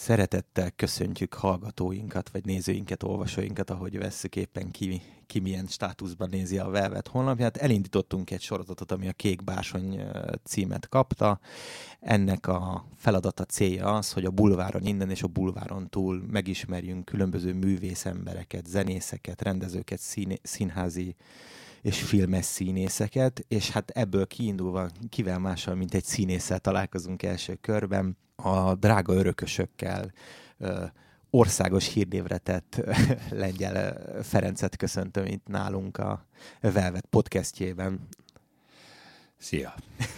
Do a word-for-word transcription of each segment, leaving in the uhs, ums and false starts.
Szeretettel köszöntjük hallgatóinkat, vagy nézőinket, olvasóinkat, ahogy vesszük éppen ki, ki milyen státuszban nézi a Velvet honlapját. Elindítottunk egy sorozatot, ami a Kék Bársony címet kapta. Ennek a feladata, célja az, hogy a bulváron innen és a bulváron túl megismerjünk különböző művészembereket, zenészeket, rendezőket, színé, színházi és filmes színészeket, és hát ebből kiindulva kivel mással, mint egy színésszel találkozunk első körben, a drága örökösökkel, országos hírnévre tett Lengyel Ferencet köszöntöm itt nálunk a Velvet podcastjében. Szia!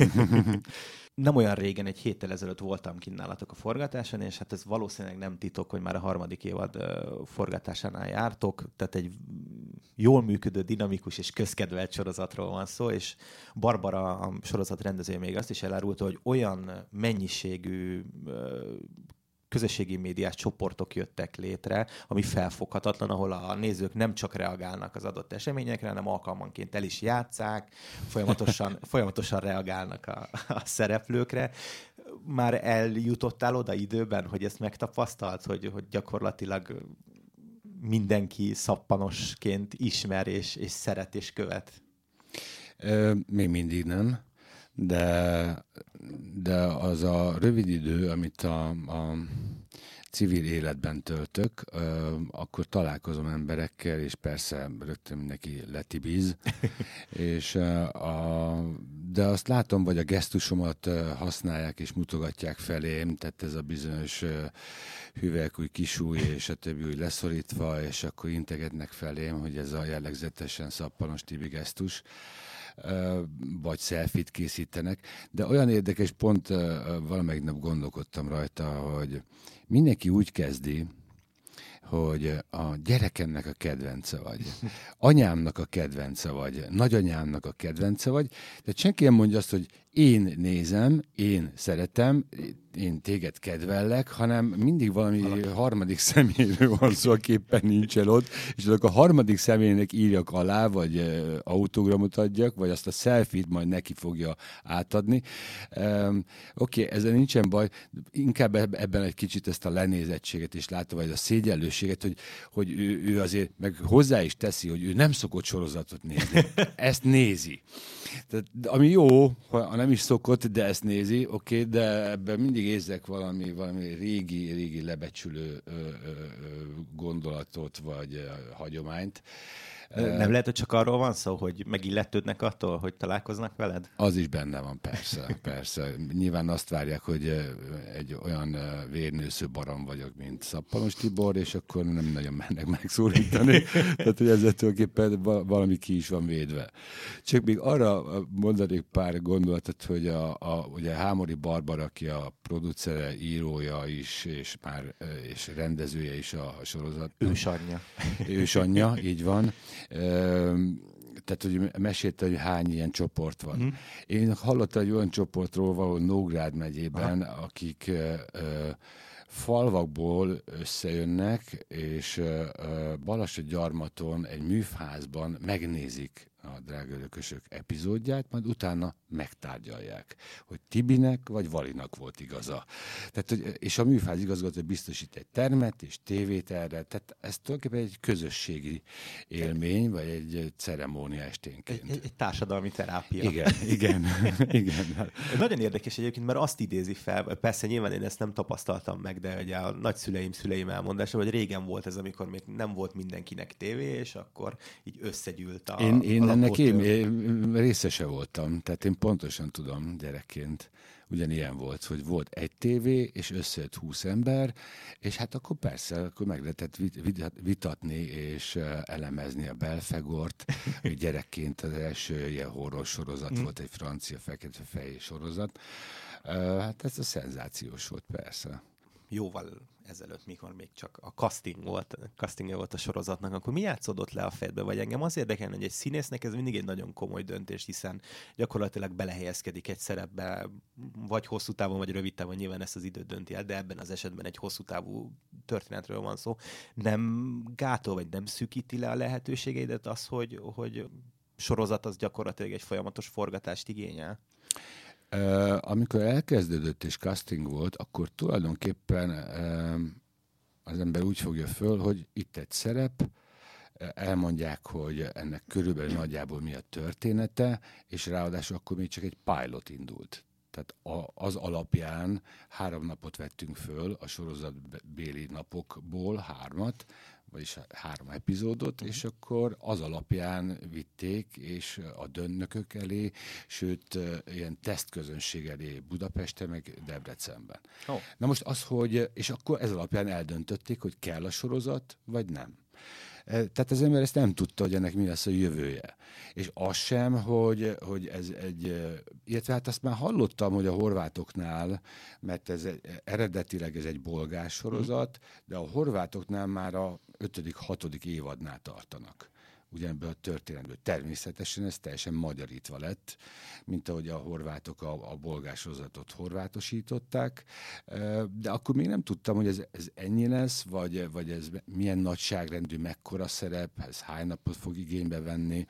Nem olyan régen, egy héttel ezelőtt voltam kint nálatok a forgatáson, és hát ez valószínűleg nem titok, hogy már a harmadik évad uh, forgatásánál jártok, tehát egy jól működő, dinamikus és közkedvelt sorozatról van szó, és Barbara, a sorozat rendezője, még azt is elárulta, hogy olyan mennyiségű uh, közösségi médiás csoportok jöttek létre, ami felfoghatatlan, ahol a nézők nem csak reagálnak az adott eseményekre, hanem alkalmanként el is játsszák, folyamatosan, folyamatosan reagálnak a, a szereplőkre. Már eljutottál oda időben, hogy ezt megtapasztalt, hogy, hogy gyakorlatilag mindenki szappanosként ismer és, és szeret és követ? Ö, még mindig nem. De, de az a rövid idő, amit a, a civil életben töltök, akkor találkozom emberekkel, és persze rögtön mindenki letibiz, és a, de azt látom, hogy a gesztusomat használják és mutogatják felém, tehát ez a bizonyos hüvelykúj, kisúj és a többi úgy leszorítva, és akkor integetnek felém, hogy ez a jellegzetesen szappanos Tibi gesztus, vagy selfie-t készítenek, de olyan érdekes, pont valamelyik nap gondolkodtam rajta, hogy mindenki úgy kezdi, hogy a gyerekemnek a kedvence vagy, anyámnak a kedvence vagy, nagyanyámnak a kedvence vagy, de senki nem mondja azt, hogy én nézem, én szeretem, én téged kedvellek, hanem mindig valami Valaki. harmadik személyről van szó, aki éppen nincsen ott, és azok a harmadik személynek írjak alá, vagy uh, autogramot adjak, vagy azt a selfie-t majd neki fogja átadni. Um, Oké, okay, ezzel nincsen baj, inkább ebben egy kicsit ezt a lenézettséget is látom, vagy a szégyellőséget, hogy, hogy ő, ő azért meg hozzá is teszi, hogy ő nem szokott sorozatot nézni. Ezt nézi. Tehát, ami jó, ha nem is szokott, de ezt nézi, oké, okay, de ebben mindig érzek valami, valami régi, régi lebecsülő ö, ö, gondolatot, vagy ö, hagyományt. Nem lehet, hogy csak arról van szó, hogy megilletődnek attól, hogy találkoznak veled? Az is benne van, persze, persze. Nyilván azt várják, hogy egy olyan vérnősző barom vagyok, mint Szappanos Tibor, és akkor nem nagyon mennek megszólítani. Tehát, hogy ezzel tulajdonképpen valami ki is van védve. Csak még arra mondanék pár gondolatot, hogy a, a ugye Hámori Barbara, aki a producere, írója is, és már és rendezője is a sorozat. Ősanyja. Ősanyja, így van. Tehát, hogy mesélte, hogy hány ilyen csoport van. Mm. Én hallottam egy olyan csoportról valahol Nógrád megyében, Aha. akik ö, ö, falvakból összejönnek, és ö, Balassagyarmaton egy műfházban megnézik a Drága Örökösök epizódját, majd utána megtárgyalják, hogy Tibinek vagy Valinak volt igaza. Tehát, hogy, és a műfáz igazgató biztosít egy termet és tévét erre, tehát ez tulajdonképpen egy közösségi élmény, vagy egy ceremónia esténként. Egy, egy, egy társadalmi terápia. Igen, igen, igen. Nagyon érdekes egyébként, mert azt idézi fel, persze nyilván én ezt nem tapasztaltam meg, de ugye a nagyszüleim, szüleim elmondása, hogy régen volt ez, amikor még nem volt mindenkinek tévé, és akkor így összegyűlt a Én, én ennek én, én részese voltam, tehát én pontosan tudom gyerekként, ugyanilyen volt, hogy volt egy tévé, és összejött húsz ember, és hát akkor persze, akkor meg lehetett vitatni és elemezni a Belfegort. Gyerekként az első ilyen horror sorozat volt, egy francia fekete-fehér sorozat. Hát ez a szenzációs volt, persze. Jóval ezelőtt, mikor még csak a casting volt, castingja volt a sorozatnak, akkor mi játszódott le a fejedbe? Vagy engem az érdekel, hogy egy színésznek ez mindig egy nagyon komoly döntés, hiszen gyakorlatilag belehelyezkedik egy szerepbe, vagy hosszú távon, vagy rövid távon, nyilván ezt az időt dönti el, de ebben az esetben egy hosszú távú történetről van szó. Nem gátol, vagy nem szűkíti le a lehetőségeidet az, hogy, hogy sorozat az gyakorlatilag egy folyamatos forgatást igényel? Uh, amikor elkezdődött és casting volt, akkor tulajdonképpen uh, az ember úgy fogja föl, hogy itt egy szerep, elmondják, hogy ennek körülbelül nagyjából mi a története, és ráadásul akkor még csak egy pilot indult. Tehát a, az alapján három napot vettünk föl a sorozatbéli napokból, hármat, vagyis három epizódot, és akkor az alapján vitték, és a dönnökök elé, sőt, ilyen tesztközönség elé Budapesten, meg Debrecenben. Oh. Na most az, hogy, és akkor ez alapján eldöntötték, hogy kell a sorozat, vagy nem. Tehát az ember ezt nem tudta, hogy ennek mi lesz a jövője. És az sem, hogy, hogy ez egy... Illetve hát azt már hallottam, hogy a horvátoknál, mert ez egy, eredetileg ez egy bolgár sorozat, de a horvátoknál már a ötödik, hatodik évadnál tartanak. Ugyanebben a történetből. Természetesen ez teljesen magyarítva lett, mint ahogy a horvátok a, a bolgár sorozatot horvátosították, de akkor még nem tudtam, hogy ez, ez ennyi lesz, vagy, vagy ez milyen nagyságrendű, mekkora szerep, ez hány napot fog igénybe venni,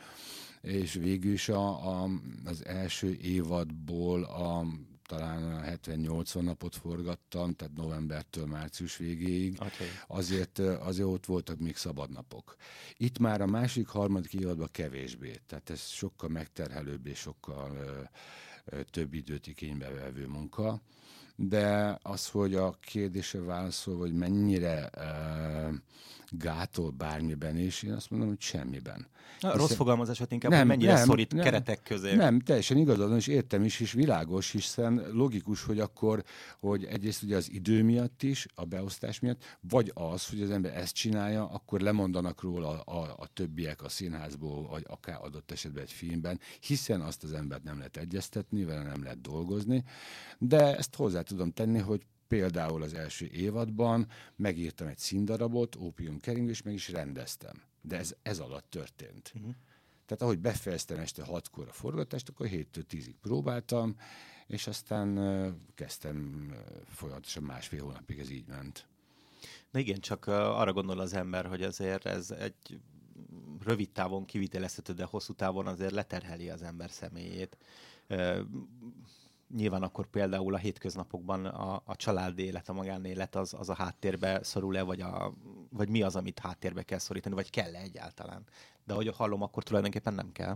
és végül is a, a, az első évadból a talán hetven-nyolcvan napot forgattam, tehát novembertől március végéig. Okay. Azért, azért ott voltak még szabadnapok. Itt már a másik, harmadik évadban kevésbé. Tehát ez sokkal megterhelőbb és sokkal ö, ö, több időt igénybe vevő munka. De az, hogy a kérdésre válaszol, hogy mennyire ö, gátol bármiben is, én azt mondom, hogy semmiben. A Hiszen... Rossz fogalmazás, hogy inkább, nem, mennyire nem, szorít nem, keretek közé. Nem, teljesen igazad, és értem is, és világos, hiszen logikus, hogy akkor, hogy egyrészt ugye az idő miatt is, a beosztás miatt, vagy az, hogy az ember ezt csinálja, akkor lemondanak róla a, a, a többiek a színházból, vagy akár adott esetben egy filmben, hiszen azt az embert nem lehet egyeztetni, vele nem lehet dolgozni, de ezt hozzá tudom tenni, hogy például az első évadban megírtam egy színdarabot, Ópium keringő, és meg is rendeztem. De ez, ez alatt történt. Uh-huh. Tehát ahogy befejeztem este hatkor a forgatást, akkor héttől tízig próbáltam, és aztán uh, kezdtem uh, folyamatosan másfél hónapig ez így ment. Na igen, csak uh, arra gondol az ember, hogy azért ez egy rövid távon kivitelezhető, de hosszú távon azért leterheli az ember személyét. Uh, Nyilván akkor például a hétköznapokban a, a családi élet, a magánélet az, az a háttérbe szorul-e, vagy, a, vagy mi az, amit háttérbe kell szorítani, vagy kell-e egyáltalán? De ahogy hallom, akkor tulajdonképpen nem kell.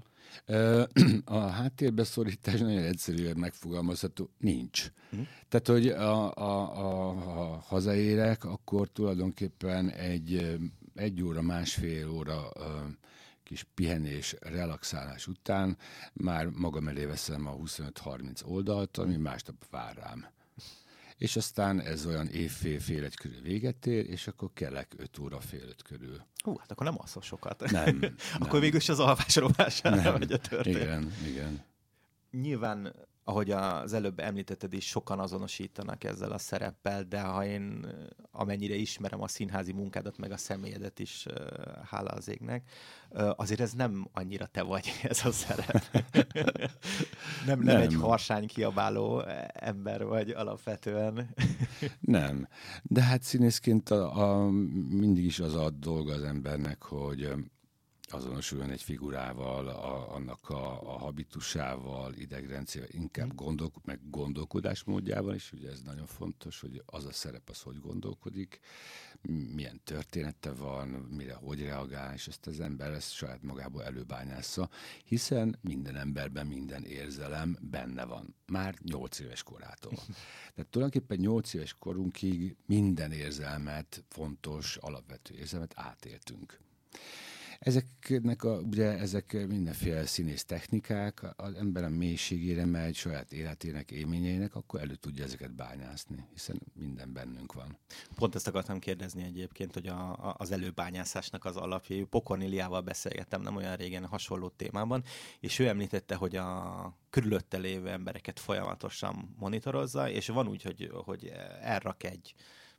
A háttérbe szorítás nagyon egyszerűen megfogalmazható, nincs. Uh-huh. Tehát, hogy a, a, a, a hazaérek, akkor tulajdonképpen egy, egy óra, másfél óra kis pihenés, relaxálás után már magam elé veszem a huszonöt-harminc oldalt, ami másnap vár rám. És aztán ez olyan éjfél, fél egy körül véget ér, és akkor kelek öt óra, fél öt körül. Hú, hát akkor nem alszol sokat. Nem. Akkor nem. végül is az alvás rovására megy a történet. Igen, igen. Nyilván, ahogy az előbb említetted is, sokan azonosítanak ezzel a szereppel, de ha én amennyire ismerem a színházi munkádat, meg a személyedet is, hála az égnek, azért ez nem annyira te vagy, ez a szerep. nem, nem, nem egy harsány kiabáló ember vagy alapvetően. Nem. De hát színészként a, a, mindig is az a dolga az embernek, hogy azonosuljon egy figurával, a, annak a, a habitusával, idegrendszerével, inkább gondol, meg gondolkodásmódjával is, ugye ez nagyon fontos, hogy az a szerep az hogy gondolkodik, milyen története van, mire hogy reagál, és ezt az ember ezt saját magából előbányásza, hiszen minden emberben minden érzelem benne van, már nyolc éves korától. Tehát tulajdonképpen nyolc éves korunkig minden érzelmet, fontos, alapvető érzelmet átéltünk. Ezeknek a, ugye ezek mindenféle színész technikák, az ember a mélységére megy, saját életének, élményeinek, akkor elő tudja ezeket bányászni, hiszen minden bennünk van. Pont ezt akartam kérdezni egyébként, hogy a, a, az előbányászásnak az alapja. Pokornéliával beszélgettem nem olyan régen hasonló témában, és ő említette, hogy a körülötte lévő embereket folyamatosan monitorozza, és van úgy, hogy, hogy elrak egy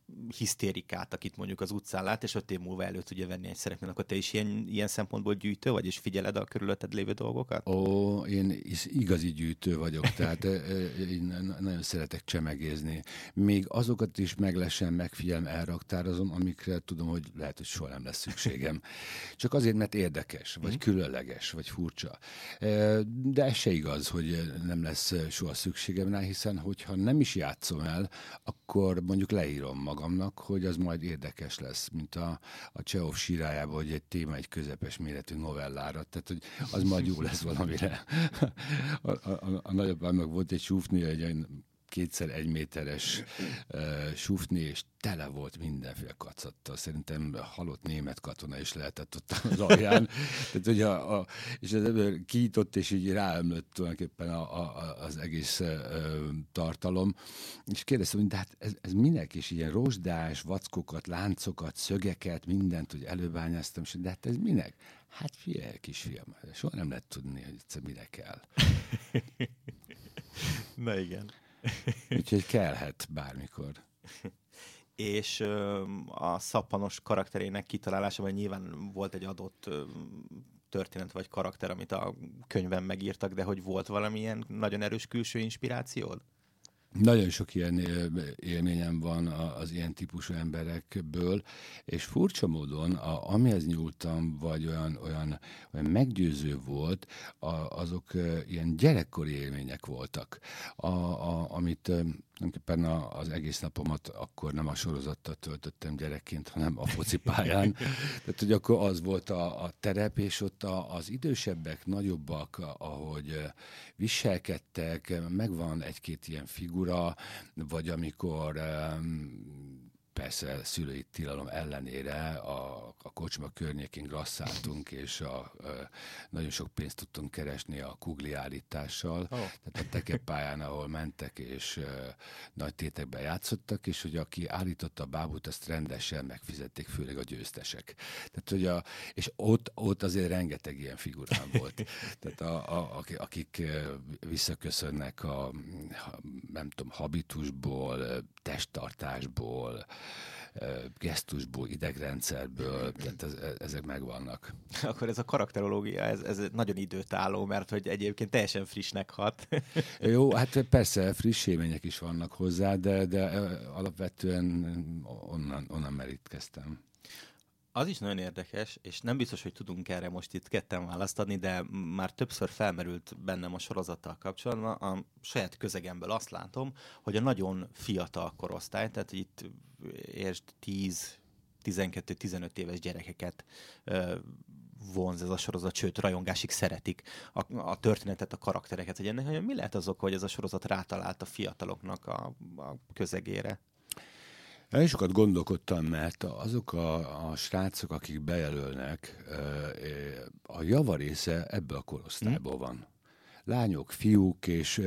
hisztérikát, akit mondjuk az utcán lát, és öt év múlva elő tudja venni egy szerepnél, akkor te is ilyen, ilyen szempontból gyűjtő vagy, és figyeled a körülötted lévő dolgokat? Ó, én igazi gyűjtő vagyok, tehát én nagyon szeretek csemegézni. Még azokat is meglesen, megfigyelem, elraktározom, amikre tudom, hogy lehet, hogy soha nem lesz szükségem. Csak azért, mert érdekes, vagy különleges, vagy furcsa. De ez se igaz, hogy nem lesz soha szükségem rá, hiszen hogyha nem is játszom el, akkor mondjuk leírom magamnak, hogy az majd érdekes lesz, mint a, a Csehov sírájában, hogy egy téma egy közepes méretű novellára, tehát hogy az majd jó lesz valamire. A, a, a nagyapámnak volt egy súfni, egy kétszer egy méteres uh, súfni, és tele volt mindenféle kacattal. Szerintem halott német katona is lehetett ott az alján. Tehát, hogy a, a, és az ember kiított, és így ráömlött tulajdonképpen a, a, az egész uh, tartalom. És kérdeztem, hogy de hát ez, ez minek? És ilyen rozsdás, vackokat, láncokat, szögeket, mindent, hogy előbányáztam, és de hát ez minek? Hát figyelj, kisfiam, soha nem lehet tudni, hogy ez minek kell. Na igen. Úgyhogy kellhet bármikor. És ö, a szappanos karakterének kitalálásában nyilván volt egy adott ö, történet vagy karakter, amit a könyvben megírtak, de hogy volt valamilyen nagyon erős külső inspirációd? Nagyon sok ilyen élményem van az ilyen típusú emberekből, és furcsa módon, a, amihez nyúltam, vagy olyan, olyan, olyan meggyőző volt, a, azok ilyen gyerekkori élmények voltak, a, a, amit tulajdonképpen az egész napomat akkor nem a sorozattal töltöttem gyerekként, hanem a focipályán. Tehát, hogy akkor az volt a, a terep, és ott a, az idősebbek, nagyobbak, ahogy viselkedtek, megvan egy-két ilyen figura, vagy amikor persze szülői tilalom ellenére a, a kocsma környékén grasszáltunk, és a, a, nagyon sok pénzt tudtunk keresni a kugli állítással. Oh. Tehát a tekepályán, ahol mentek, és uh, nagy tétekben játszottak, és hogy aki állította a bábút, azt rendesen megfizették, főleg a győztesek. Tehát, hogy a, és ott, ott azért rengeteg ilyen figurám volt. Tehát a, a, akik visszaköszönnek a, nem tudom, habitusból, testtartásból, gesztusból, idegrendszerből, tehát ez, ezek megvannak. Akkor ez a karakterológia, ez, ez nagyon időtálló, mert hogy egyébként teljesen frissnek hat. Jó, hát persze friss élmények is vannak hozzá, de, de alapvetően onnan, onnan merítkeztem. Az is nagyon érdekes, és nem biztos, hogy tudunk erre most itt ketten választ adni, de már többször felmerült bennem a sorozattal kapcsolatban. A saját közegemből azt látom, hogy a nagyon fiatal korosztály, tehát itt értsd tíz, tizenkettő, tizenöt éves gyerekeket ö, vonz ez a sorozat, sőt, rajongásig szeretik a, a történetet, a karaktereket. Hogy ennek, hogy mi lehet az oka, hogy ez a sorozat rátalált a fiataloknak a, a közegére? Én sokat gondolkodtam, mert azok a, a srácok, akik bejelölnek, a javarésze ebből a korosztályból van. Lányok, fiúk, és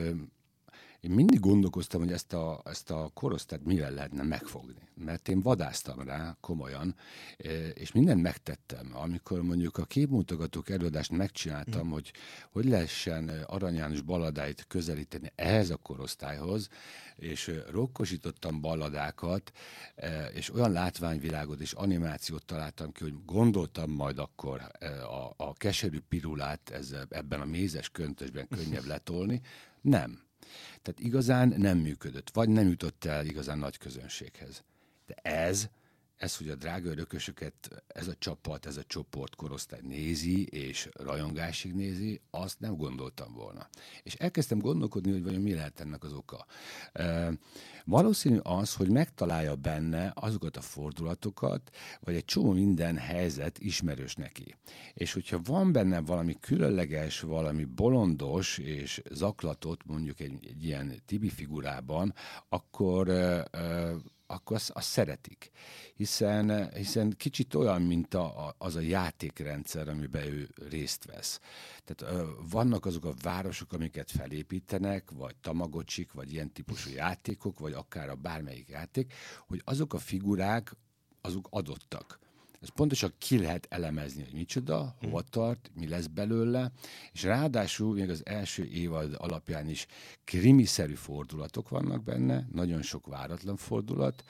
én mindig gondolkoztam, hogy ezt a, ezt a korosztályt mivel lehetne megfogni. Mert én vadásztam rá komolyan, és mindent megtettem. Amikor mondjuk a képmutogatók előadást megcsináltam, mm. hogy hogy lehessen Arany János balladáit közelíteni ehhez a korosztályhoz, és rokkosítottam balladákat, és olyan látványvilágot és animációt találtam ki, hogy gondoltam majd akkor a, a keserű pirulát ezzel, ebben a mézes köntösben könnyebb letolni. Nem. Tehát igazán nem működött, vagy nem jutott el igazán nagy közönséghez. De ez, ez, hogy a drága örökösöket ez a csapat, ez a csoport korosztály nézi, és rajongásig nézi, azt nem gondoltam volna. És elkezdtem gondolkodni, hogy vajon mi lehet ennek az oka. E, valószínű az, hogy megtalálja benne azokat a fordulatokat, vagy egy csomó minden helyzet ismerős neki. És hogyha van benne valami különleges, valami bolondos és zaklatott, mondjuk egy, egy ilyen Tibi figurában, akkor... E, e, akkor azt, azt szeretik. Hiszen, hiszen kicsit olyan, mint a, a, az a játékrendszer, amiben ő részt vesz. Tehát ö, vannak azok a városok, amiket felépítenek, vagy tamagocsik, vagy ilyen típusú játékok, vagy akár a bármelyik játék, hogy azok a figurák, azok adottak. Ez pontosan ki lehet elemezni, hogy micsoda, hova tart, mi lesz belőle, és ráadásul még az első évad alapján is krimiszerű fordulatok vannak benne, nagyon sok váratlan fordulat,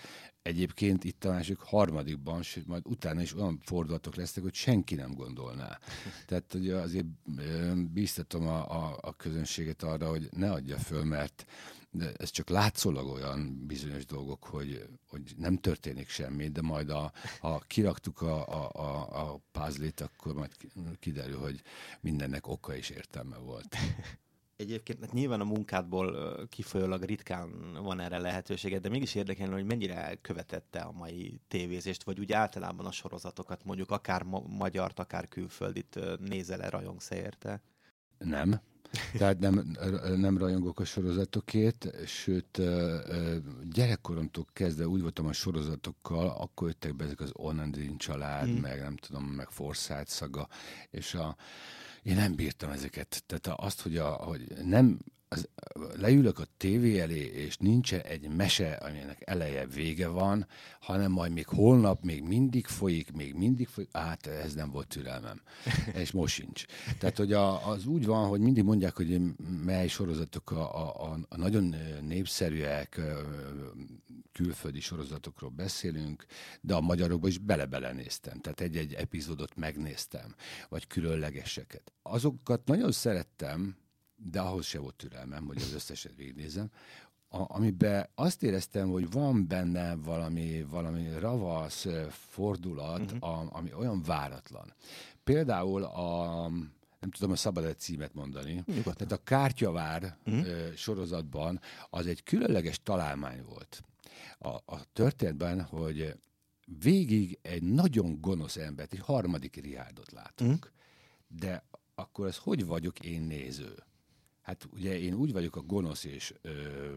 egyébként itt a másik harmadikban, sőt majd utána is olyan fordulatok lesznek, hogy senki nem gondolná. Tehát ugye azért bíztatom a, a, a közönséget arra, hogy ne adja föl, mert ez csak látszólag olyan bizonyos dolgok, hogy, hogy nem történik semmi, de majd a, ha kiraktuk a, a, a, a puzzle-t, akkor majd kiderül, hogy mindennek oka és értelme volt. Egyébként hát nyilván a munkádból kifolyólag ritkán van erre lehetőséged, de mégis érdekelne, hogy mennyire követette a mai tévézést, vagy úgy általában a sorozatokat, mondjuk akár ma- magyart, akár külföldit nézel-e, rajongsz-e érte? Nem. Tehát nem, nem rajongok a sorozatokért, sőt gyerekkoromtól kezdve úgy voltam a sorozatokkal, akkor jöttek be ezek az Onandin család, hmm. meg nem tudom, meg Forsyth szaga, és a én nem bírtam ezeket. Tehát azt, hogy, a, hogy nem az, leülök a tévé elé, és nincs egy mese, aminek eleje, vége van, hanem majd még holnap még mindig folyik, még mindig folyik. Hát ez nem volt türelmem. És most sincs. Tehát, hogy a, az úgy van, hogy mindig mondják, hogy mely sorozatok a, a, a nagyon népszerűek, külföldi sorozatokról beszélünk, de a magyarokban is bele-bele néztem. Tehát egy-egy epizódot megnéztem, vagy különlegeseket. Azokat nagyon szerettem, de ahhoz se volt türelmem, hogy az összeset végignézem, a, amiben azt éreztem, hogy van benne valami, valami ravasz fordulat, uh-huh. a, ami olyan váratlan. Például a, nem tudom, a szabad-e címet mondani, Nyugodtan. Tehát a Kártyavár uh-huh. sorozatban az egy különleges találmány volt. A, a történetben, hogy végig egy nagyon gonosz embert, egy harmadik Richardot látunk, uh-huh. de akkor ez hogy vagyok én néző? Hát ugye én úgy vagyok a gonosz és ö,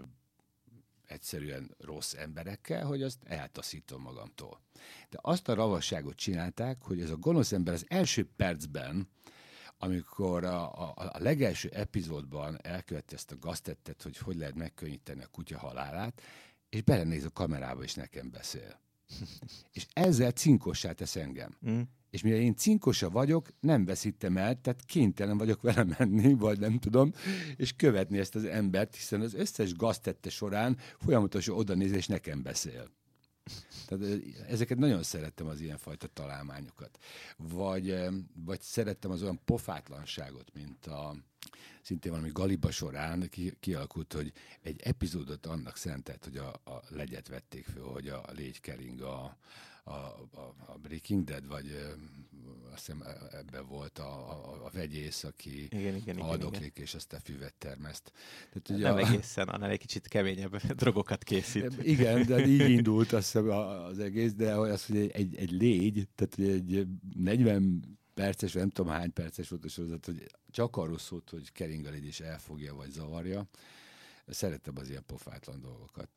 egyszerűen rossz emberekkel, hogy azt eltaszítom magamtól. De azt a ravasságot csinálták, hogy ez a gonosz ember az első percben, amikor a, a, a legelső epizódban elkövette ezt a gaztettet, hogy hogy lehet megkönnyíteni a kutya halálát, és belenéz a kamerába, és nekem beszél. És ezzel cinkossá tesz engem. Mm. És mivel én cinkosa vagyok, nem veszítem el, tehát kénytelen vagyok vele menni, vagy nem tudom, és követni ezt az embert, hiszen az összes gaztette során folyamatosan oda néz, és nekem beszél. Tehát ezeket nagyon szerettem, az ilyenfajta találmányokat. Vagy, vagy szerettem az olyan pofátlanságot, mint a szintén valami Galiba során ki, kialakult, hogy egy epizódot annak szentelt, hogy a, a legyet vették föl, hogy a légy kering a, a, a, a Breaking Dead, vagy ö, azt hiszem ebben volt a, a, a vegyész, aki haldoklik, és aztán füvet termeszt. Tehát, ugye nem a, egészen, annál egy kicsit keményebb drogokat készít. Igen, de így indult azt hiszem az egész, de az, hogy egy, egy légy, tehát egy negyven perces, nem tudom hány perces volt a sorozat, hogy csak arról szólt, hogy kering a légy és elfogja vagy zavarja. Szerettem az ilyen pofátlan dolgokat.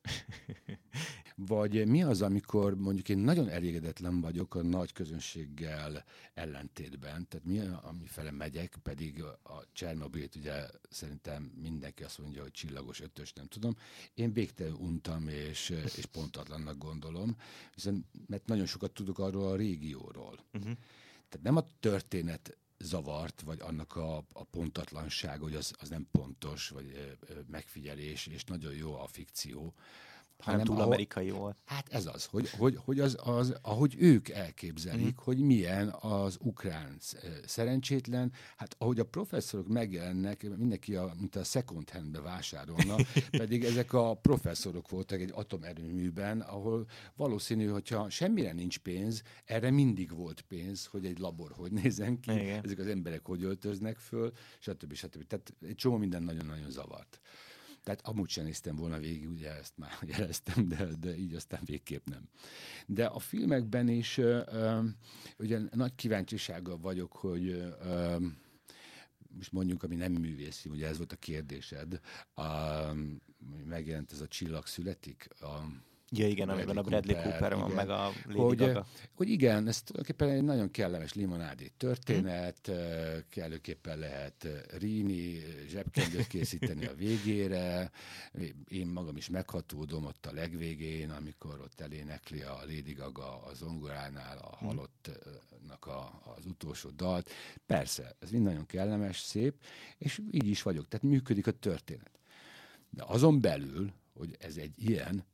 Vagy mi az, amikor mondjuk én nagyon elégedetlen vagyok a nagy közönséggel ellentétben, tehát mi, amifele megyek, pedig a Csernobilt ugye szerintem mindenki azt mondja, hogy csillagos ötös, nem tudom. Én végtelenül untam és, és pontatlannak gondolom, hiszen, mert nagyon sokat tudok arról a régióról. Uh-huh. Tehát nem a történet zavart, vagy annak a, a pontatlanság, hogy az, az nem pontos, vagy ö, ö, megfigyelés, és nagyon jó a fikció. Hanem túl amerikai volt. Hát ez az, hogy, hogy, hogy az, az, ahogy ők elképzelik, mm. hogy milyen az ukrán szerencsétlen, hát ahogy a professzorok megjelennek, mindenki a, mint a second handbe vásárolna, pedig ezek a professzorok voltak egy atomerőműben, ahol valószínű, hogyha semmire nincs pénz, erre mindig volt pénz, hogy egy labor hogy nézzen ki, igen. Ezek az emberek hogy öltöznek föl, stb. stb. Tehát egy csomó minden nagyon-nagyon zavart. Tehát amúgy sem néztem volna végig, ugye ezt már jeleztem, de, de így aztán végképp nem. De a filmekben is ö, ö, ugye nagy kíváncsisággal vagyok, hogy ö, most mondjuk, ami nem művészi, ugye ez volt a kérdésed, a, megjelent ez a Csillag születik, a Ja igen, amiben a Bradley Cooper, Cooper van, meg a Lady hogy, Gaga. Hogy igen, ez tulajdonképpen egy nagyon kellemes limonádé történet, hmm. kellőképpen lehet ríni, zsebkendőt készíteni a végére. Én magam is meghatódom ott a legvégén, amikor ott elénekli a Lady Gaga a zongoránál a halottnak a, az utolsó dalt. Persze, ez mind nagyon kellemes, szép, és így is vagyok, tehát működik a történet. De azon belül, hogy ez egy ilyen,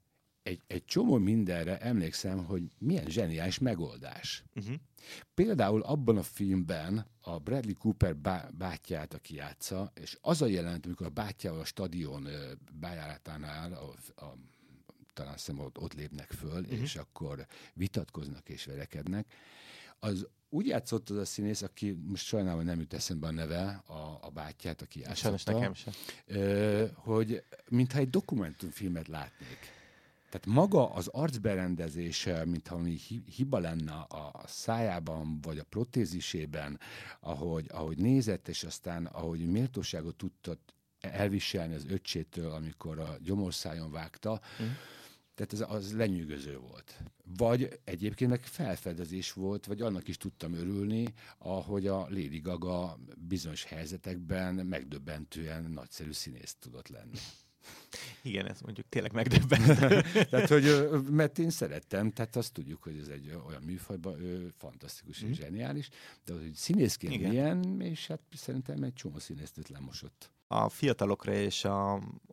egy, egy csomó mindenre emlékszem, hogy milyen zseniális megoldás. Uh-huh. Például abban a filmben a Bradley Cooper bá- bátyját, aki játsza, és az a jelenet, amikor a bátyjával a stadion bejáratánál, a, a, talán azt hiszem, ott, ott lépnek föl, uh-huh. és akkor vitatkoznak és verekednek, az úgy játszott az a színész, aki most sajnálom, hogy nem jut eszembe a neve, a, a bátyját, aki játszotta. Sajnos nekem sem. Hogy mintha egy dokumentumfilmet látnék. Tehát maga az arcberendezése, mintha valami hiba lenne a szájában, vagy a protézisében, ahogy, ahogy nézett, és aztán ahogy méltóságot tudta elviselni az öccsétől, amikor a gyomorszájon vágta, mm. Tehát ez, az lenyűgöző volt. Vagy egyébként meg felfedezés volt, vagy annak is tudtam örülni, ahogy a Lady Gaga bizonyos helyzetekben megdöbbentően nagyszerű színész tudott lenni. Igen, ez mondjuk tényleg megdöbbentő. Tehát, hogy, mert én szerettem, tehát azt tudjuk, hogy ez egy olyan műfajban ő fantasztikus mm. és zseniális, de hogy színészként igen. Ilyen, és hát szerintem egy csomó színészt lemosott. A fiatalokra és a,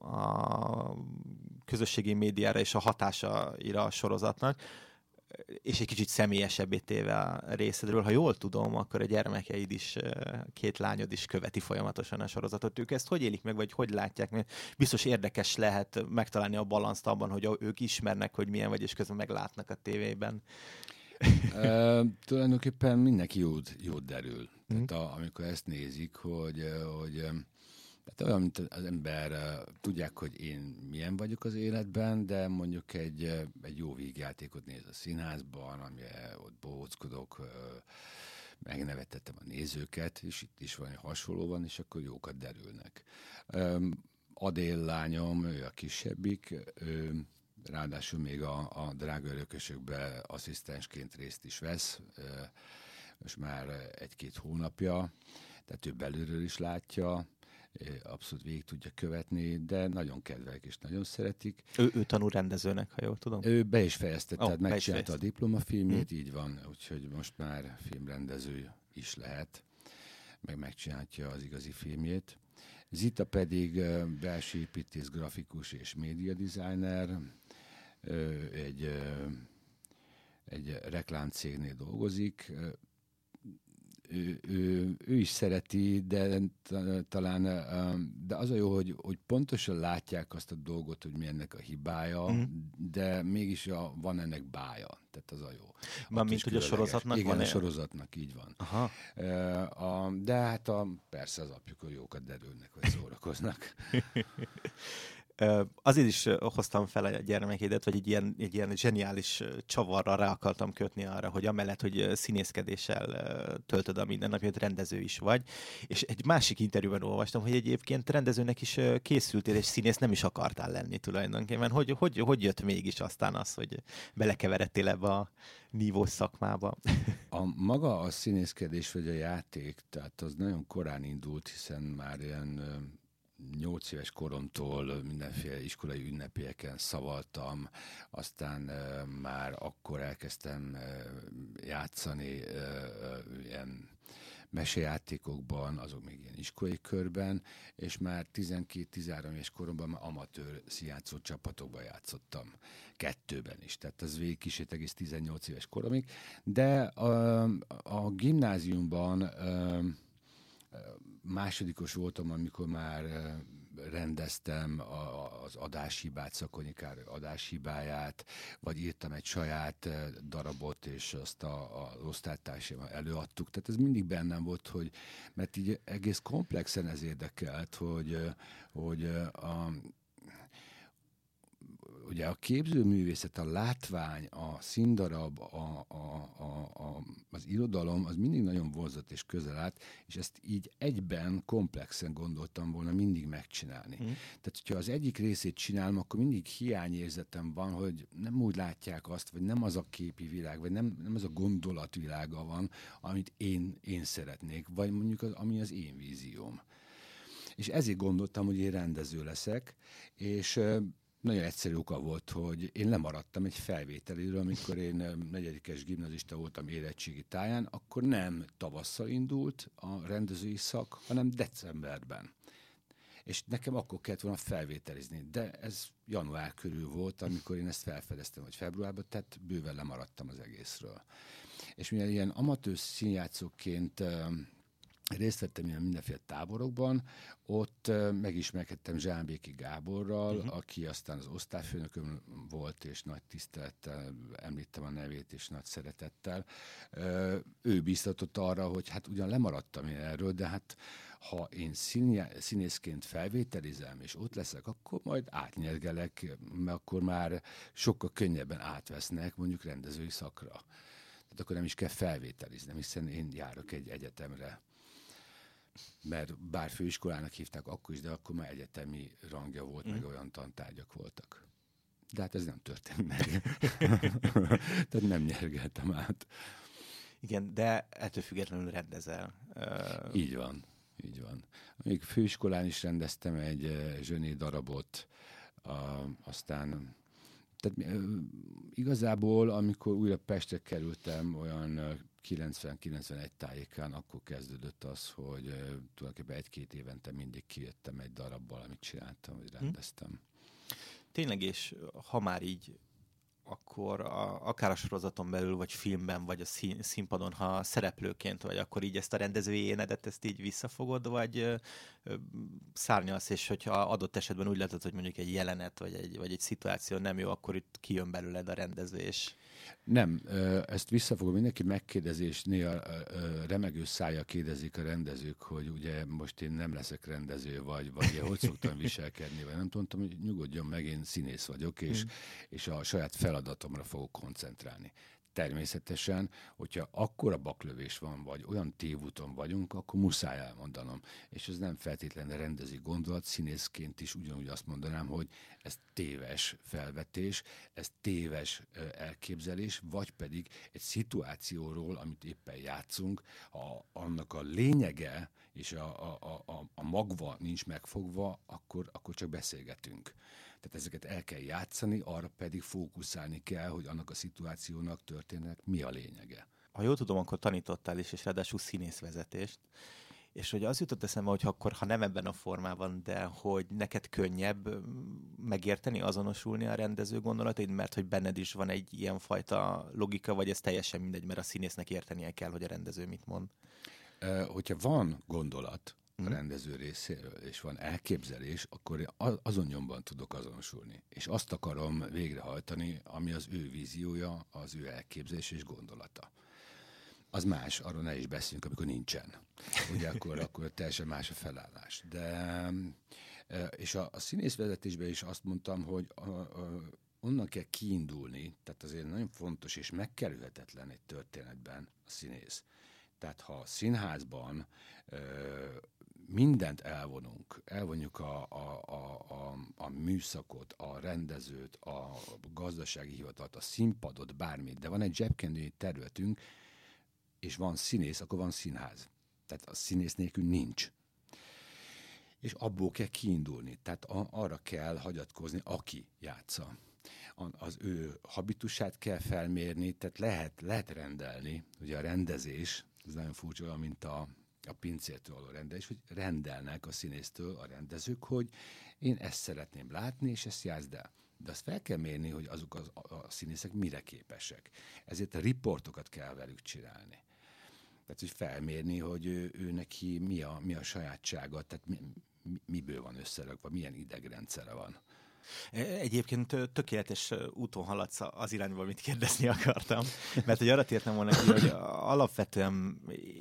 a közösségi médiára és a hatásaira a sorozatnak, és egy kicsit személyesebbé téve a részedről. Ha jól tudom, akkor a gyermekeid is, két lányod is követi folyamatosan a sorozatot. Ők ezt hogy élik meg, vagy hogy látják? Mert biztos érdekes lehet megtalálni a balanszt abban, hogy ők ismernek, hogy milyen vagy, és közben meglátnak a tévében. uh, tulajdonképpen mindenki jót, jót derül. Mm. Tehát a, amikor ezt nézik, hogy, hogy tehát olyan, mint az ember, uh, tudják, hogy én milyen vagyok az életben, de mondjuk egy, uh, egy jó vígjátékot néz a színházban, ami uh, ott bóckodok, uh, megnevetettem a nézőket, és itt is valami hasonló van, és akkor jókat derülnek. Um, Adél lányom, ő a kisebbik, ő ráadásul még a, a Drága örökösökben asszisztensként részt is vesz, uh, most már egy-két hónapja, tehát ő belülről is látja, abszolút végig tudja követni, de nagyon kedvelik és nagyon szeretik. Ő, ő tanul rendezőnek, ha jól tudom. Ő be is fejezte, oh, tehát be megcsinálta a diplomafilmjét, hmm. így van, úgyhogy most már filmrendező is lehet, meg megcsinálja az igazi filmjét. Zita pedig belső építész, grafikus és médiadesigner, egy, egy reklámcégnél dolgozik. Ő, ő, ő is szereti, de talán de az a jó, hogy, hogy pontosan látják azt a dolgot, hogy mi ennek a hibája, mm. de mégis a, van ennek bája. Tehát az a jó. Már mint hogy a sorozatnak igen, van? Igen, a sorozatnak így van. Aha. A, de hát a, persze az apjuk, hogy jókat derülnek, vagy szórakoznak. Azért is hoztam fel a gyermekédet, vagy egy ilyen, egy ilyen zseniális csavarra rá akartam kötni arra, hogy amellett, hogy színészkedéssel töltöd a mindennapját, rendező is vagy. És egy másik interjúban olvastam, hogy egyébként rendezőnek is készültél, és színész nem is akartál lenni tulajdonképpen. Hogy, hogy, hogy jött mégis aztán az, hogy belekeveredtél ebbe a nívós szakmába? A maga a színészkedés, vagy a játék, tehát az nagyon korán indult, hiszen már ilyen nyolc éves koromtól mindenféle iskolai ünnepélyeken szavaltam, aztán uh, már akkor elkezdtem uh, játszani uh, ilyen mesejátékokban, azok még ilyen iskolai körben, és már tizenkét-tizenhárom éves koromban már amatőr színjátszó csapatokban játszottam. Kettőben is, tehát az végig kísért egész tizennyolc éves koromig, de uh, a gimnáziumban uh, másodikos voltam, amikor már rendeztem az adáshibát, Szakonyi Károly adáshibáját, vagy írtam egy saját darabot, és azt a, a osztálytársaimmal előadtuk. Tehát ez mindig bennem volt, hogy, mert így egész komplexen ez érdekelt, hogy, hogy a ugye a képzőművészet, a látvány, a színdarab, a, a, a, a, az irodalom, az mindig nagyon vonzott és közel állt, és ezt így egyben, komplexen gondoltam volna mindig megcsinálni. Mm. Tehát, hogyha az egyik részét csinálom, akkor mindig hiányérzetem van, hogy nem úgy látják azt, vagy nem az a képi világ, vagy nem, nem az a gondolatvilága van, amit én, én szeretnék, vagy mondjuk az, ami az én vízióm. És ezért gondoltam, hogy én rendező leszek, és nagyon egyszerű oka volt, hogy én lemaradtam egy felvételiről, amikor én negyedikes gimnazista voltam érettségi táján, akkor nem tavasszal indult a rendezői szak, hanem decemberben. És nekem akkor kellett volna felvételizni, de ez január körül volt, amikor én ezt felfedeztem, hogy februárban, tehát bőven lemaradtam az egészről. És mivel ilyen amatőr színjátszóként részt vettem ilyen mindenféle táborokban, ott megismerkedtem Zsámbéki Gáborral, uh-huh. aki aztán az osztályfőnököm volt, és nagy tisztelettel említem a nevét, és nagy szeretettel. Ő biztatott arra, hogy hát ugyan lemaradtam én erről, de hát ha én színészként felvételizem, és ott leszek, akkor majd átnyergelek, mert akkor már sokkal könnyebben átvesznek mondjuk rendezői szakra. Tehát akkor nem is kell felvételiznem, hiszen én járok egy egyetemre. Mert bár főiskolának hívták akkor is, de akkor már egyetemi rangja volt, mm. meg olyan tantárgyak voltak. De hát ez nem történt meg. Tehát nem nyergeltem át. Igen, de ettől függetlenül rendezel. Így van, így van. Még főiskolán is rendeztem egy zsöné darabot, aztán tehát igazából, amikor újra Pestre kerültem, olyan kilencven-kilencvenegy tájékán, akkor kezdődött az, hogy uh, tulajdonképpen egy-két évente mindig kijöttem egy darabbal, amit csináltam, vagy rendeztem. Tényleg, és ha már így, akkor a, akár a sorozaton belül, vagy filmben, vagy a szín, színpadon, ha szereplőként vagy, akkor így ezt a rendezői énedet, ezt így visszafogod, vagy ö, ö, szárnyalsz, és hogyha adott esetben úgy látod, hogy mondjuk egy jelenet, vagy egy, vagy egy szituáció nem jó, akkor itt kijön belőled a rendező, és... Nem, ezt visszafogom, mindenki megkérdezi, és néha remegő szájjal kérdezik a rendezők, hogy ugye most én nem leszek rendező, vagy, vagy hogy szoktam viselkedni, vagy nem tudtam, hogy nyugodjon meg, én színész vagyok, és, mm. és a saját feladatomra fogok koncentrálni. Természetesen, hogyha akkora baklövés van, vagy olyan tévúton vagyunk, akkor muszáj elmondanom. És ez nem feltétlenül rendezi gondolat, színészként is ugyanúgy azt mondanám, hogy ez téves felvetés, ez téves elképzelés, vagy pedig egy szituációról, amit éppen játszunk, ha annak a lényege és a, a, a, a magva nincs megfogva, akkor, akkor csak beszélgetünk. Tehát ezeket el kell játszani, arra pedig fókuszálni kell, hogy annak a szituációnak, történetnek mi a lényege. Ha jól tudom, akkor tanítottál is, és ráadásul színészvezetést. És hogy az jutott eszembe, hogy akkor, ha nem ebben a formában, de hogy neked könnyebb megérteni, azonosulni a rendező gondolatait, mert hogy benned is van egy ilyenfajta logika, vagy ez teljesen mindegy, mert a színésznek értenie kell, hogy a rendező mit mond. Uh, hogyha van gondolat a rendező részéről, és van elképzelés, akkor azon nyomban tudok azonosulni. És azt akarom végrehajtani, ami az ő víziója, az ő elképzelés és gondolata. Az más, arról ne is beszéljünk, amikor nincsen. Ugye akkor, akkor teljesen más a felállás. De, és a, a színészvezetésben is azt mondtam, hogy a, a, onnan kell kiindulni, tehát azért nagyon fontos és megkerülhetetlen egy történetben a színész. Tehát ha a színházban ö, mindent elvonunk, elvonjuk a, a, a, a, a műszakot, a rendezőt, a gazdasági hivatalt, a színpadot, bármit, de van egy zsebkendői területünk, és van színész, akkor van színház. Tehát a színész nélkül nincs. És abból kell kiindulni. Tehát a, arra kell hagyatkozni, aki játsza. Az ő habitusát kell felmérni, tehát lehet, lehet rendelni. Ugye a rendezés, ez nagyon furcsa, olyan, mint a, a pincértől való rendelés, hogy rendelnek a színésztől a rendezők, hogy én ezt szeretném látni, és ezt játszd el. De azt fel kell mérni, hogy azok az, a, a színészek mire képesek. Ezért a riportokat kell velük csinálni. Tehát, hogy felmérni, hogy ő, ő neki mi a, mi a sajátsága, tehát mi, mi, miből van összerakva, milyen idegrendszere van. Egyébként tökéletes úton haladsz az irányba, amit kérdezni akartam, mert hogy arra tértem volna ki, hogy alapvetően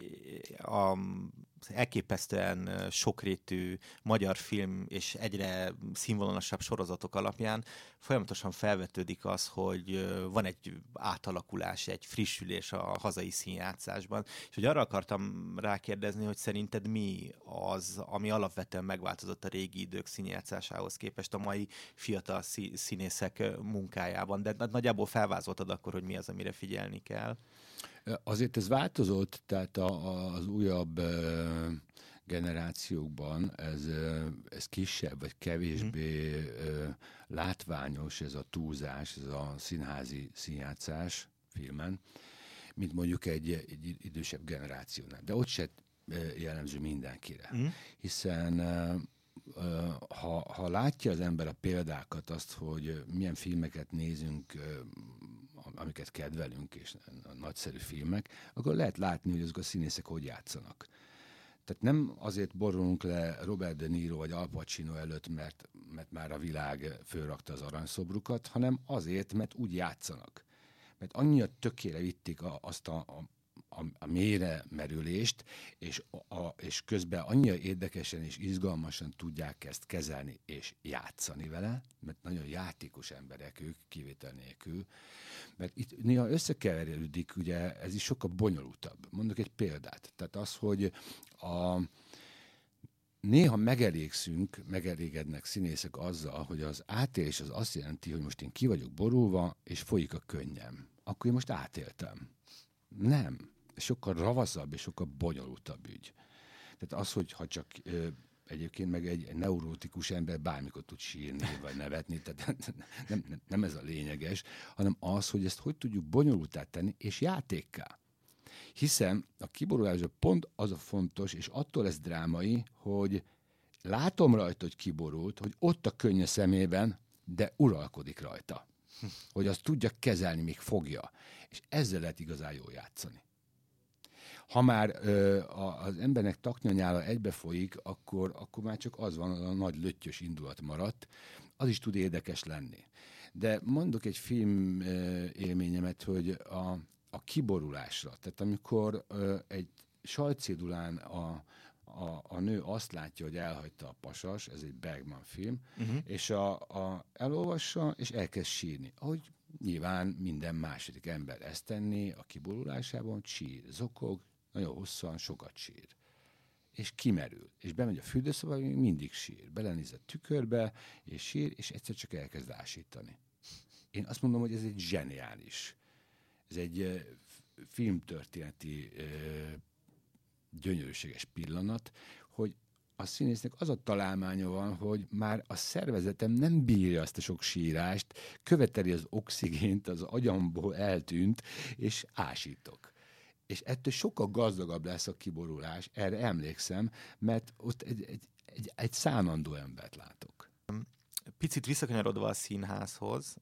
a elképesztően sokrétű magyar film és egyre színvonalasabb sorozatok alapján folyamatosan felvetődik az, hogy van egy átalakulás, egy frissülés a hazai színjátszásban. És hogy arra akartam rákérdezni, hogy szerinted mi az, ami alapvetően megváltozott a régi idők színjátszásához képest a mai fiatal színészek munkájában, de nagyjából felvázoltad akkor, hogy mi az, amire figyelni kell. Azért ez változott, tehát a, az újabb uh, generációkban ez, uh, ez kisebb, vagy kevésbé uh, látványos, ez a túlzás, ez a színházi színjátszás filmen, mint mondjuk egy, egy idősebb generációnál. De ott se uh, jellemző mindenkire. Mm. Hiszen uh, ha, ha látja az ember a példákat, azt, hogy milyen filmeket nézünk, amiket kedvelünk, és nagyszerű filmek, akkor lehet látni, hogy azok a színészek hogy játszanak. Tehát nem azért borulunk le Robert De Niro vagy Al Pacino előtt, mert, mert már a világ fölrakta az aranyszobrukat, hanem azért, mert úgy játszanak. Mert annyira tökére vitték a, azt a, a, a, a mélyre merülést, és, a, és közben annyira érdekesen és izgalmasan tudják ezt kezelni és játszani vele, mert nagyon játékos emberek ők, kivétel nélkül, mert itt néha összekeverődik, ugye ez is sokkal bonyolultabb. Mondok egy példát. Tehát az, hogy a, néha megelégszünk, megelégednek színészek azzal, hogy az átélés az azt jelenti, hogy most én ki vagyok borulva, és folyik a könnyem. Akkor én most átéltem. Nem. Sokkal ravaszabb és sokkal bonyolultabb ügy. Tehát az, hogy ha csak ö, egyébként meg egy, egy neurotikus ember bármikor tud sírni, vagy nevetni, tehát nem, nem, nem ez a lényeges, hanem az, hogy ezt hogy tudjuk bonyolultá tenni, és játékká. Hiszen a kiborulásban pont az a fontos, és attól lesz drámai, hogy látom rajta, hogy kiborult, hogy ott a könny a szemében, de uralkodik rajta. Hogy azt tudja kezelni, még fogja. És ezzel lehet igazán jól játszani. Ha már ö, a, az embernek taknyanyála egybefolyik, akkor, akkor már csak az van, a nagy löttyös indulat maradt, az is tud érdekes lenni. De mondok egy film ö, élményemet, hogy a, a kiborulásra, tehát amikor ö, egy sajtcédulán a, a, a nő azt látja, hogy elhagyta a pasas, ez egy Bergman film, uh-huh. és a, a, elolvassa, és elkezd sírni. Ahogy nyilván minden második ember ezt tenni a kiborulásában, sír, zokog, nagyon hosszan, sokat sír. És kimerül. És bemegy a fürdőszobába, még mindig sír. Belenéz a tükörbe, és sír, és egyszer csak elkezd ásítani. Én azt mondom, hogy ez egy zseniális. Ez egy uh, filmtörténeti uh, gyönyörűséges pillanat, hogy a színésznek az a találmánya van, hogy már a szervezetem nem bírja azt a sok sírást, követeli az oxigént, az agyamból eltűnt, és ásítok. És ettől sokkal gazdagabb lesz a kiborulás, erre emlékszem, mert ott egy, egy, egy, egy szánandó embert látok. Picit visszakanyarodva a színházhoz,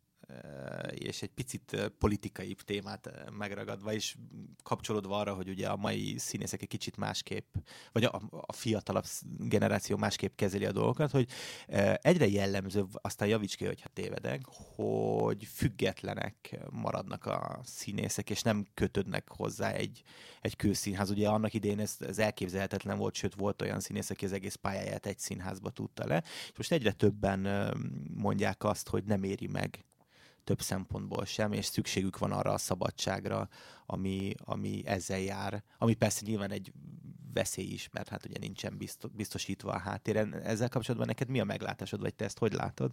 és egy picit politikai témát megragadva, és kapcsolódva arra, hogy ugye a mai színészek egy kicsit másképp, vagy a, a fiatalabb generáció másképp kezeli a dolgokat, hogy egyre jellemző, aztán javíts ki, hogyha tévedek, hogy függetlenek maradnak a színészek, és nem kötődnek hozzá egy, egy kőszínház. Ugye annak idején ez, ez elképzelhetetlen volt, sőt volt olyan színész, aki az egész pályáját egy színházba tudta le, és most egyre többen mondják azt, hogy nem éri meg több szempontból sem, és szükségük van arra a szabadságra, ami, ami ezzel jár. Ami persze nyilván egy veszély is, mert hát ugye nincsen biztosítva a háttéren. Ezzel kapcsolatban neked mi a meglátásod, vagy te ezt hogy látod?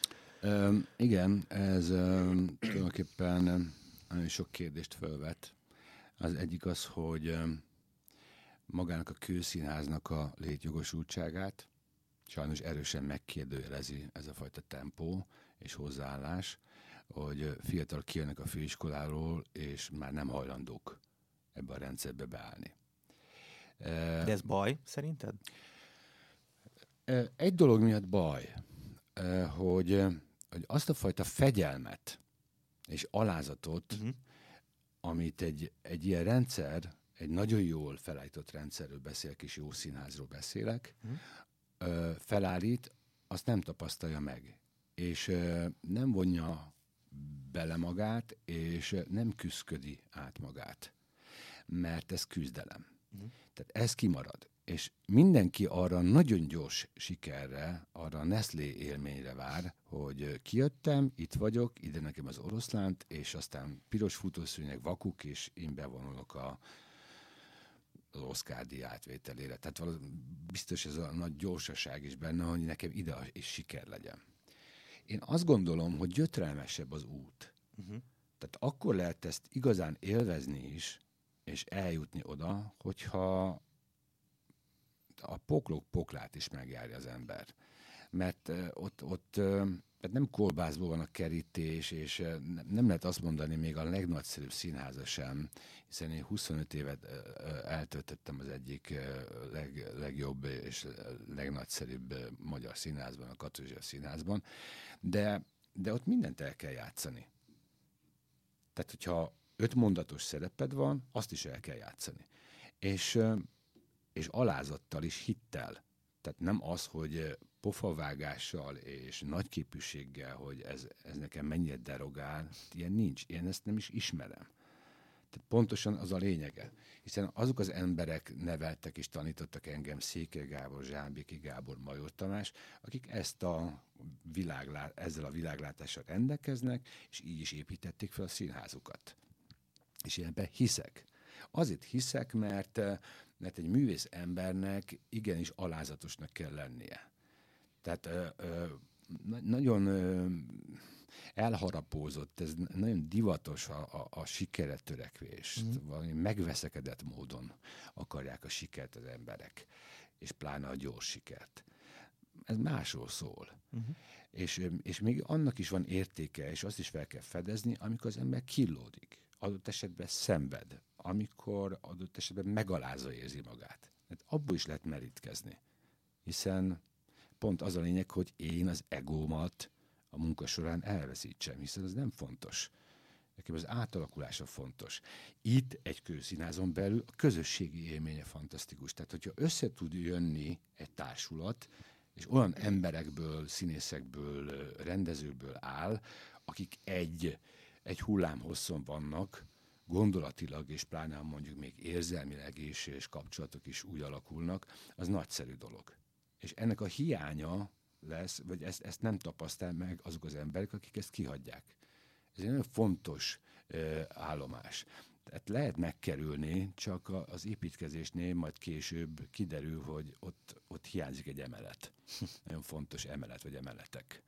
Um, igen, ez um, tulajdonképpen nagyon sok kérdést fölvet. Az egyik az, hogy um, magának a kőszínháznak a létjogosultságát sajnos erősen megkérdőjelezi ez a fajta tempó és hozzáállás, hogy fiatal kijönnek a főiskoláról, és már nem hajlandók ebbe a rendszerbe beállni. De ez baj, szerinted? Egy dolog miatt baj, hogy, hogy azt a fajta fegyelmet és alázatot, uh-huh. amit egy, egy ilyen rendszer, egy nagyon jól felállított rendszerről beszélek, és jó színházról beszélek, uh-huh. felállít, azt nem tapasztalja meg. És nem vonja bele magát, és nem küszködi át magát. Mert ez küzdelem. Uh-huh. Tehát ez kimarad. És mindenki arra nagyon gyors sikerre, arra a Nestlé élményre vár, hogy kijöttem, itt vagyok, ide nekem az oroszlánt, és aztán piros futószőnyeg, vakuk, és én bevonulok a az Oscar-díj átvételére. Tehát biztos ez a nagy gyorsaság is benne, hogy nekem ide és siker legyen. Én azt gondolom, hogy gyötrelmesebb az út. Uh-huh. Tehát akkor lehet ezt igazán élvezni is, és eljutni oda, hogyha a poklok poklát is megjárja az ember. Mert uh, ott, ott uh, tehát nem kolbászból van a kerítés, és nem lehet azt mondani még a legnagyszerűbb színháza sem, hiszen én huszonöt évet eltöltöttem az egyik leg, legjobb és legnagyszerűbb magyar színházban, a Katolikus Színházban, de, de ott mindent el kell játszani. Tehát, hogyha öt mondatos szereped van, azt is el kell játszani. És, és alázattal is, hittel. Tehát nem az, hogy pofavágással és nagyképűséggel, hogy ez, ez nekem mennyire derogál, ilyen nincs. Én ezt nem is ismerem. Tehát pontosan az a lényege. Hiszen azok az emberek neveltek és tanítottak engem, Székely Gábor, Zsámbéki Gábor, Major Tamás, akik ezt a világlá, ezzel a világlátással rendelkeznek, és így is építették fel a színházukat. És én ebben hiszek. Azért hiszek, mert, mert egy művész embernek igenis alázatosnak kell lennie. Tehát ö, ö, nagyon ö, elharapózott, ez nagyon divatos a, a, a sikerre törekvés. Mm. Valami megveszekedett módon akarják a sikert az emberek, és pláne a gyors sikert. Ez másról szól. Uh-huh. És, és még annak is van értéke, és azt is fel kell fedezni, amikor az ember killódik. Adott esetben szenved, amikor adott esetben megalázva érzi magát. Hát abból is lehet merítkezni. Hiszen pont az a lényeg, hogy én az egómat a munka során elveszítsem, hiszen ez nem fontos. Nekem az átalakulása fontos. Itt egy kőszínházon belül a közösségi élménye fantasztikus. Tehát, hogyha össze tud jönni egy társulat, és olyan emberekből, színészekből, rendezőkből áll, akik egy, egy hullámhosszon vannak, gondolatilag, és pláne mondjuk még érzelmileg is, és kapcsolatok is úgy alakulnak, az nagyszerű dolog. És ennek a hiánya lesz, vagy ezt, ezt nem tapasztal meg azok az emberek, akik ezt kihagyják. Ez egy nagyon fontos uh, állomás. Tehát lehet megkerülni, csak az építkezésnél majd később kiderül, hogy ott, ott hiányzik egy emelet. Nagyon fontos emelet, vagy emeletek.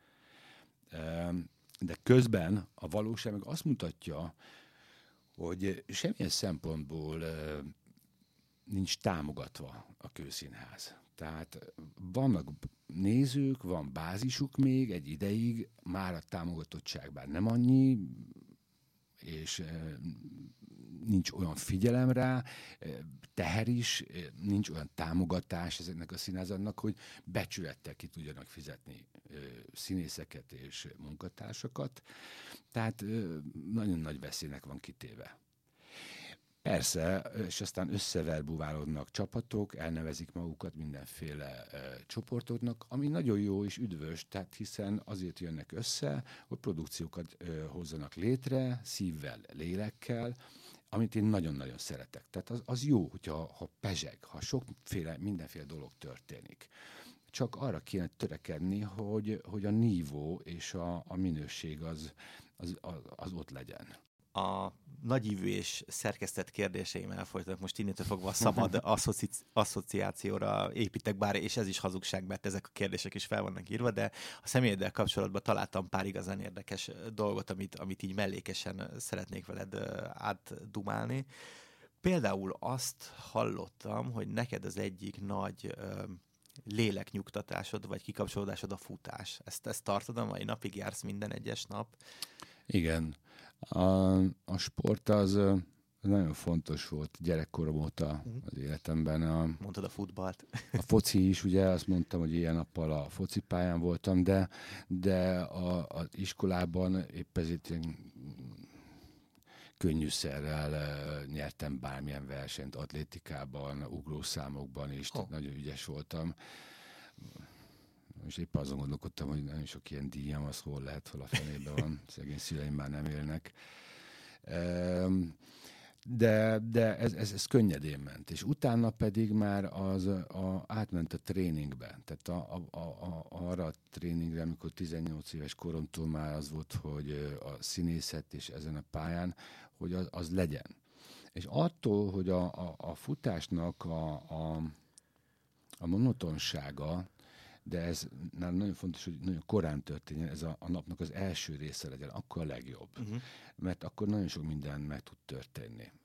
De közben a valóság meg azt mutatja, hogy semmilyen szempontból nincs támogatva a kőszínház. Tehát vannak nézők, van bázisuk még egy ideig, már a támogatottság bár nem annyi, és nincs olyan figyelem rá, teher is, nincs olyan támogatás ezeknek a színházaknak, hogy becsülettel ki tudjanak fizetni színészeket és munkatársakat. Tehát nagyon nagy veszélynek van kitéve. Persze, és aztán összeverbuválódnak csapatok, elnevezik magukat mindenféle e, csoportoknak, ami nagyon jó és üdvös, tehát hiszen azért jönnek össze, hogy produkciókat e, hozzanak létre, szívvel, lélekkel, amit én nagyon-nagyon szeretek. Tehát az, az jó, hogyha ha pezseg, ha sokféle, mindenféle dolog történik. Csak arra kéne törekedni, hogy, hogy a nívó és a, a minőség az, az, az, az ott legyen. A nagyívű és szerkesztett kérdéseim elfolytanak. Most innentől fogva a szabad asszociáció asszociációra építek, bár és ez is hazugság, mert ezek a kérdések is fel vannak írva, de a személyeddel kapcsolatban találtam pár igazán érdekes dolgot, amit, amit így mellékesen szeretnék veled átdumálni. Például azt hallottam, hogy neked az egyik nagy léleknyugtatásod, vagy kikapcsolódásod a futás. Ezt, ezt tartod, a mai napig jársz minden egyes nap? Igen. A, a sport az, az nagyon fontos volt gyerekkorom óta az életemben. A, Mondtad a futballt. A foci is, ugye, azt mondtam, hogy ilyen nappal a focipályán voltam, de, de a, az iskolában épp ezért könnyűszerrel nyertem bármilyen versenyt, atlétikában, ugrószámokban is, oh. nagyon ügyes voltam. És éppen azon gondolkodtam, hogy nagyon sok ilyen díjam, az hol lehet, hol a fenében van. Szegény szüleim már nem élnek. De, de ez, ez, ez könnyedén ment. És utána pedig már az a, átment a tréningbe. Tehát a, a, a, arra a tréningre, amikor tizennyolc éves koromtól már az volt, hogy a színészet és ezen a pályán, hogy az, az legyen. És attól, hogy a, a, a futásnak a, a, a monotonsága, de ez nagyon fontos, hogy nagyon korán történjen, ez a, a napnak az első része legyen, akkor a legjobb. Uh-huh. Mert akkor nagyon sok minden meg tud történni.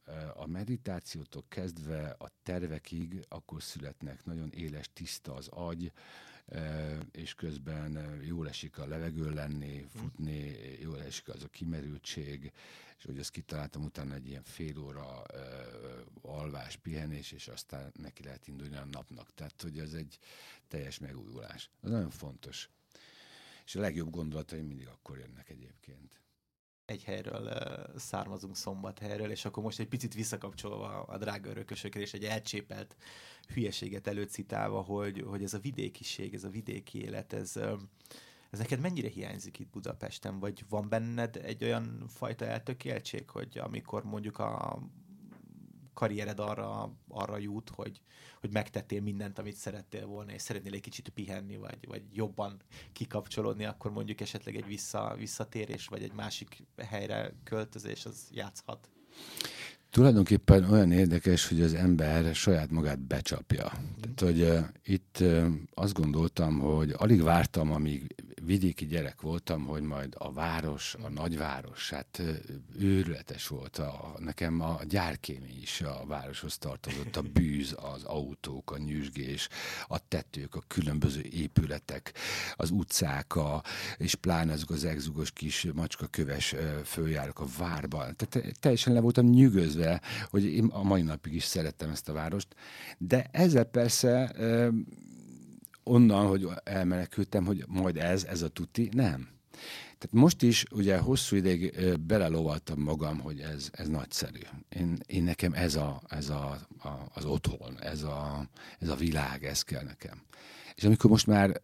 A meditációtól kezdve a tervekig akkor születnek, nagyon éles, tiszta az agy, és közben jól esik a levegőn lenni, futni, jól esik az a kimerültség, és hogy azt kitaláltam, utána egy ilyen fél óra alvás, pihenés, és aztán neki lehet indulni a napnak. Tehát, hogy ez egy teljes megújulás. Ez nagyon fontos. És a legjobb gondolataim mindig akkor jönnek egyébként. Egy helyről uh, származunk, Szombathelyről, és akkor most egy picit visszakapcsolva a drága örökösökre, és egy elcsépelt hülyeséget előcitálva, hogy, hogy ez a vidékiség, ez a vidéki élet, ez, uh, ez neked mennyire hiányzik itt Budapesten? Vagy van benned egy olyan fajta eltökéltség, hogy amikor mondjuk a karriered arra, arra jut, hogy, hogy megtettél mindent, amit szerettél volna, és szeretnél egy kicsit pihenni, vagy, vagy jobban kikapcsolódni, akkor mondjuk esetleg egy vissza, visszatérés, vagy egy másik helyre költözés, az játszhat. Tulajdonképpen olyan érdekes, hogy az ember saját magát becsapja. Mm. Tehát, hogy uh, itt uh, azt gondoltam, hogy alig vártam, amíg vidéki gyerek voltam, hogy majd a város, a nagyváros, hát uh, őrületes volt. A, nekem a gyárkémény is a városhoz tartozott, a bűz, az autók, a nyüzsgés, a tetők, a különböző épületek, az utcák, a, és pláne azok az egzugos kis macskaköves uh, följárok a várban. Tehát teljesen le voltam nyűgözve, hogy én a mai napig is szerettem ezt a várost, de ezzel persze eh, onnan, hogy elmenekültem, hogy majd ez, ez a tuti, nem. Tehát most is ugye hosszú ideig eh, belelovaltam magam, hogy ez, ez nagyszerű. Én, én nekem ez, a, ez a, a, az otthon, ez a, ez a világ, ez kell nekem. És amikor most már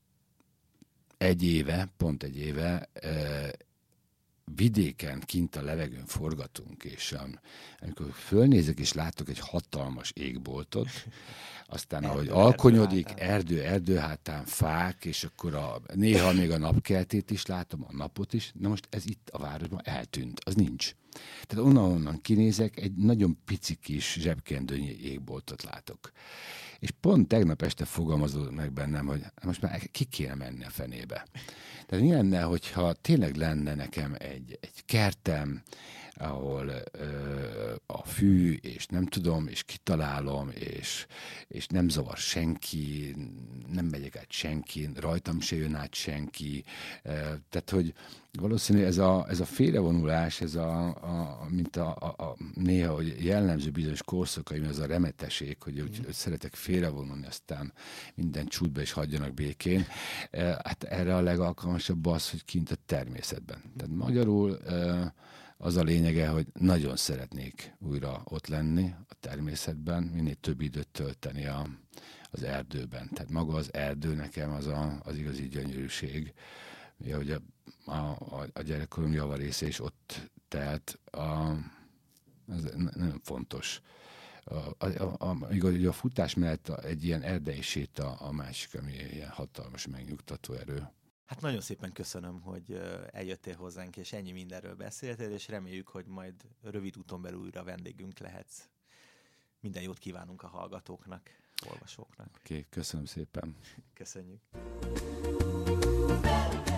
egy éve, pont egy éve eh, vidéken, kint a levegőn forgatunk, és um, amikor fölnézek és látok egy hatalmas égboltot, aztán erdő, ahogy alkonyodik, erdő, erdő hátán, fák, és akkor a, néha még a napkeltét is látom, a napot is, na most ez itt a városban eltűnt, az nincs. Tehát onnan-onnan kinézek, egy nagyon pici kis zsebkendőnyi égboltot látok. És pont tegnap este fogalmazódott meg bennem, hogy most már ki kéne menni a fenébe. Tehát mi lenne, hogyha tényleg lenne nekem egy, egy kertem, ahol ö, a fű, és nem tudom, és kitalálom, és, és nem zavar senki, nem megyek át senki, rajtam se jön át senki. Ö, tehát, hogy valószínűleg ez a, ez a félrevonulás, ez a, a, mint a, a, a néha hogy jellemző bizonyos korszakaim, ez a remeteség, hogy, hogy, hogy szeretek félrevonulni, aztán minden csútba is hagyjanak békén. Hát erre a legalkalmasabb az, hogy kint a természetben. Tehát magyarul az a lényege, hogy nagyon szeretnék újra ott lenni a természetben, minél több időt tölteni a, az erdőben. Tehát maga az erdő nekem az a, az igazi gyönyörűség. Ugye, hogy a, a, a gyerekkorom javarésze is ott telt, a, ez nagyon fontos. A, a, a, a, a futás mellett egy ilyen erdei séta a másik, ami ilyen hatalmas megnyugtató erő. Hát nagyon szépen köszönöm, hogy eljöttél hozzánk, és ennyi mindenről beszéltél, és reméljük, hogy majd rövid úton belül újra vendégünk lehetsz. Minden jót kívánunk a hallgatóknak, olvasóknak. Oké, okay, köszönöm szépen. Köszönjük.